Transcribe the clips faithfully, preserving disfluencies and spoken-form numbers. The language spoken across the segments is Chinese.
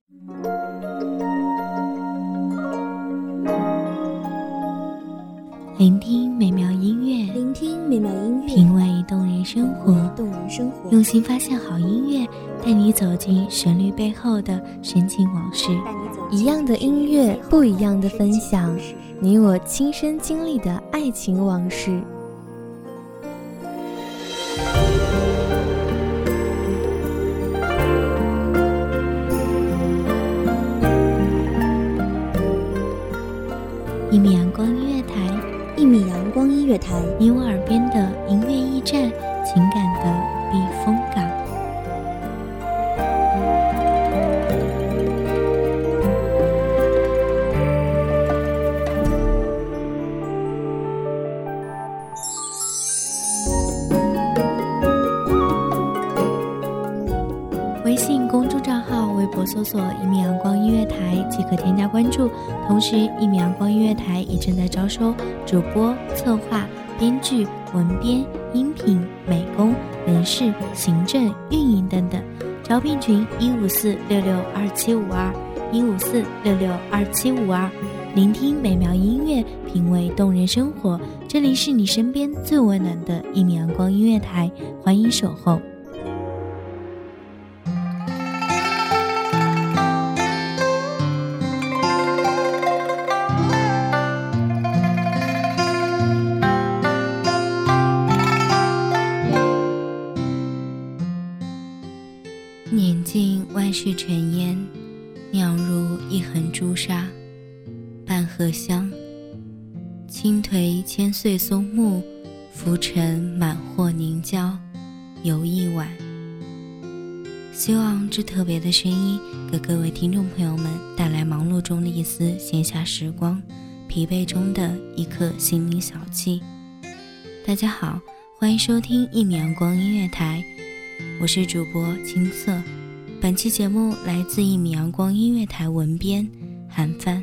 聆听美妙音乐， 聆听美妙音乐， 品味动人生活， 动人生活， 用心发现好音乐，带你走进旋律背后的深情往事。 一样的音乐，不一样的分享，你我亲身经历的爱情往事。 一米阳光音乐台， 一米阳光音乐台， 你我耳边的音乐驿站，情感的避风港。微信公众账号、微博搜索一米阳光音乐台即可添加关注。同时，一米阳光音乐台也正在招收主播、策划、编剧、文编、音频、美工、人事、行政、运营等等。招聘群一五四六六二七五二一五四六六二七五二。聆听美妙音乐，品味动人生活。这里是你身边最温暖的一米阳光音乐台，欢迎守候。年近万事尘烟，酿入一痕朱砂。半荷香，轻颓千岁松木，浮沉满惑凝胶，游一晚。希望这特别的声音给各位听众朋友们带来忙碌中的一丝闲暇时光，疲惫中的一刻心灵小憩。大家好，欢迎收听一米阳光音乐台，我是主播青色。本期节目来自一米阳光音乐台文编韩帆。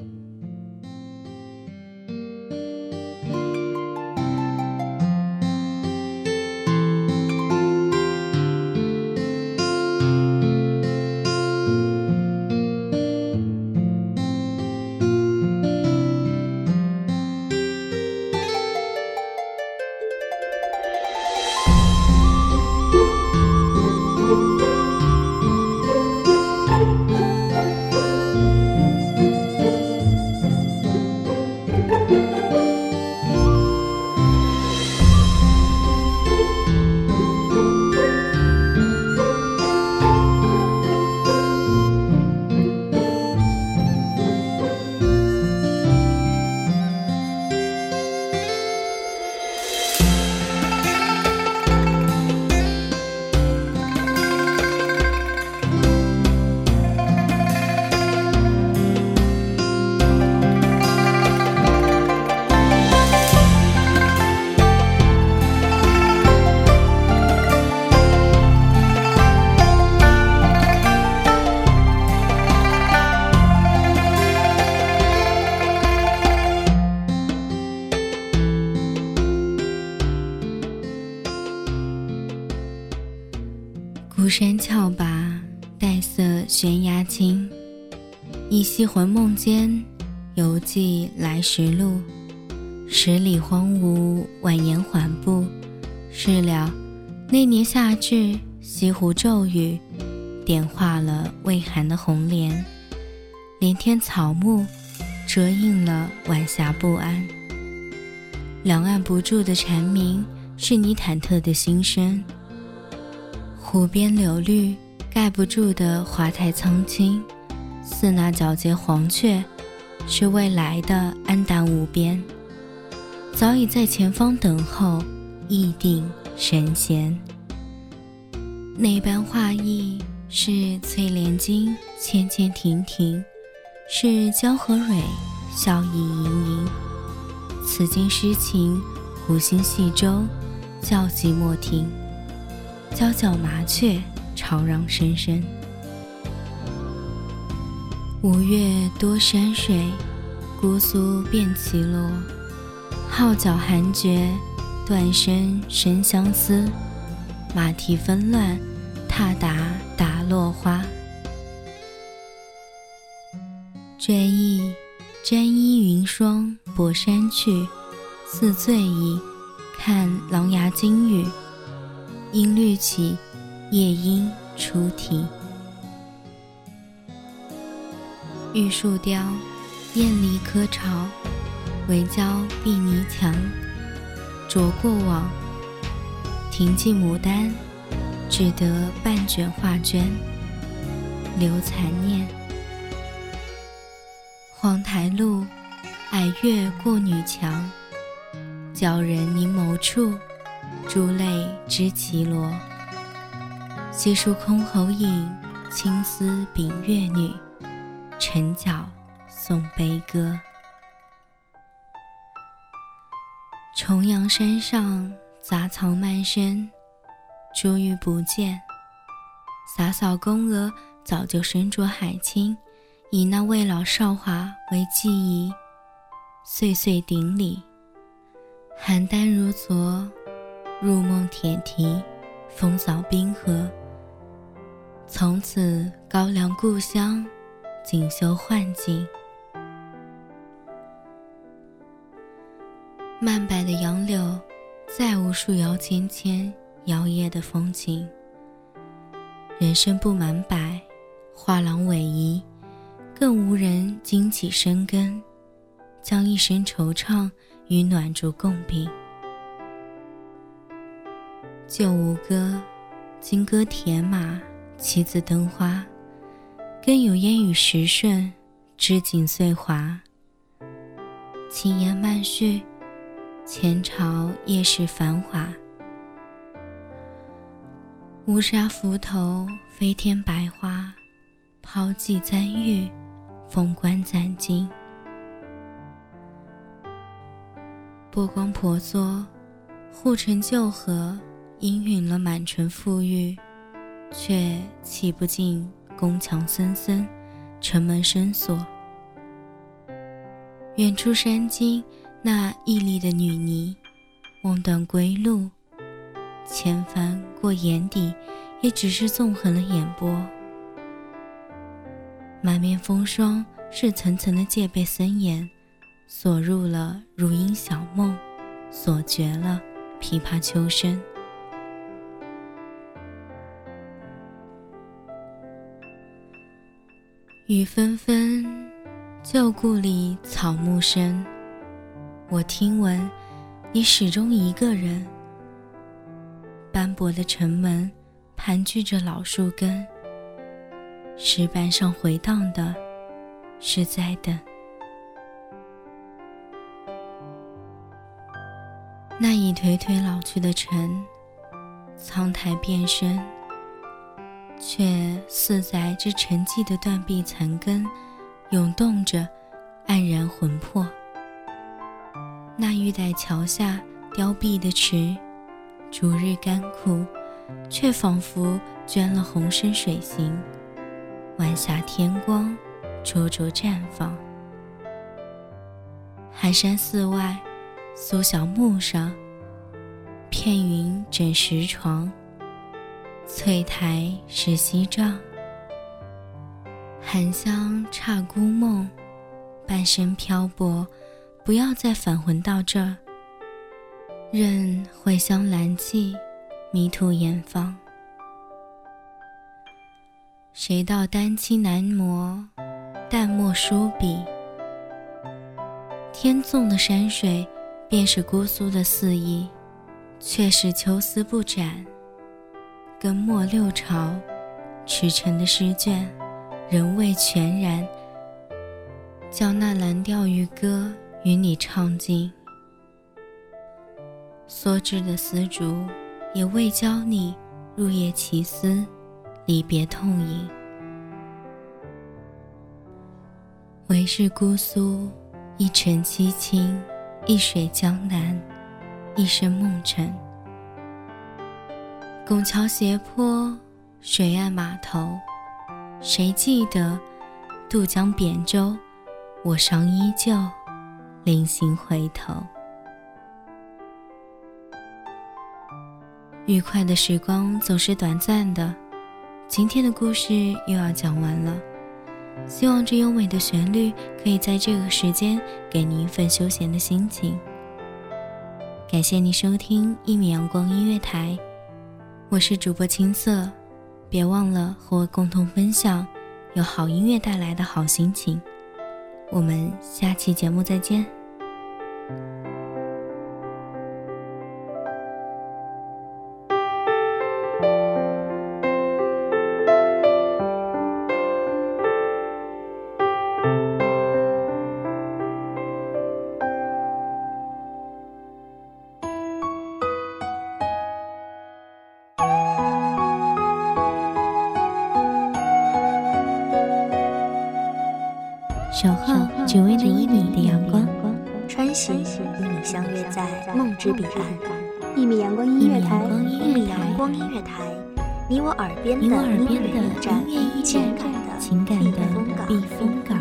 孤山峭拔，黛色悬崖青。依稀魂梦间，犹记来时路。十里荒芜，蜿蜒缓步。是了，那年夏至，西湖骤雨，点化了未寒的红莲。连天草木，遮映了晚霞不安。两岸不住的蝉鸣，是你忐忑的心声。湖边柳绿，盖不住的华台苍青，似那皎洁黄雀，是未来的安淡无边。早已在前方等候，意定神闲。那般画意，是翠莲金，纤纤亭亭，是江河蕊，笑意盈盈。此经诗情，湖心细舟，叫寂莫停。皎皎麻雀，吵嚷声声。五月多山水，姑苏遍绮罗。号角寒绝，断声声相思。马蹄纷乱，踏打打落花。 追忆沾衣云霜泊山去，似醉意看琅琊金雨。音律起，夜莺出啼。玉树雕，艳丽柯巢，围郊碧泥墙。着过往，停骑牡丹，只得半卷画卷，留残念。黄台路，矮月过女墙，教人凝眸处，珠泪知绮罗。西蜀箜篌引，青丝秉乐女，晨角诵悲歌。重阳山上，杂草漫生，珠玉不见。洒扫宫娥早就身着海青，以那未老少华为记忆，岁岁顶礼。邯郸如昨，入梦铁蹄，风扫冰河。从此高粱故乡，锦绣幻境。漫柏的杨柳，再无树摇芊芊摇曳的风情。人生不满百，画廊逶迤，更无人惊起深耕，将一生惆怅与暖烛共并。旧吴歌，金戈铁马，棋子登花，更有烟雨时顺，织锦碎华。轻言慢叙，前朝夜市繁华。乌纱浮头，飞天白花，抛骑簪玉，凤冠攒金。波光婆娑，护城旧河，氤氲了满城馥郁，却泣不尽宫墙森森，城门深锁。远处山径，那屹立的女尼，望断归路，千帆过眼底，也只是纵横了眼波。满面风霜，是层层的戒备森严，锁入了如影小梦，锁绝了琵琶秋声。雨纷纷，旧故里草木深。我听闻你始终一个人，斑驳的城门盘踞着老树根，石板上回荡的是在等。那已颓颓老去的城，苍苔遍身，却似载之沉寂的断壁残根，涌动着黯然魂魄。那玉带桥下凋敝的池，逐日干枯，却仿佛捐了红深水行，晚霞天光，灼灼绽放。寒山寺外，苏小木上，片云枕石床，翠台是西帐。含香刹孤梦，半生漂泊，不要再返魂到这儿，任茴香兰气，迷途远方。谁道丹青难磨，淡墨书笔。天纵的山水，便是姑苏的肆意，却是秋思不展。更末六朝，驰骋的诗卷，仍未全然，叫那蓝调渔歌与你唱尽。缩枝的丝竹，也未教你入夜奇思，离别痛饮。唯是姑苏，一城凄清，一水江南，一生梦尘。拱桥斜坡，水岸码头，谁记得渡江扁舟，我尚依旧，临行回头。愉快的时光总是短暂的，今天的故事又要讲完了。 希望这优美的旋律可以在这个时间给你一份休闲的心情。感谢你收听一米阳光音乐台，我是主播青色，别忘了和我共同分享有好音乐带来的好心情。我们下期节目再见。守候只为那一米的阳光， 穿行与你相约在梦之彼岸。 一米阳光音乐台， 一米阳光音乐台，你我耳边的音乐驿站，情感的避风港。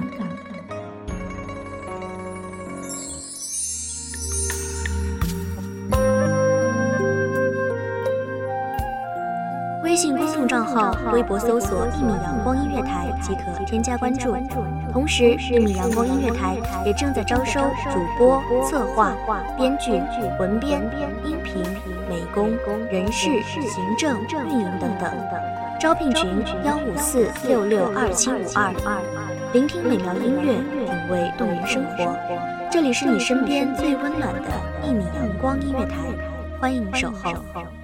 微信公众账号、微博搜索“一米阳光音乐台”即可添加关注。同时，一米阳光音乐台也正在招收主播、策划、编剧、文编、音频、美工、人事、行政、运营等等。招聘群：幺五四六六二七五二。聆听美妙音乐，品味动人生活。这里是你身边最温暖的一米阳光音乐台，欢迎守候。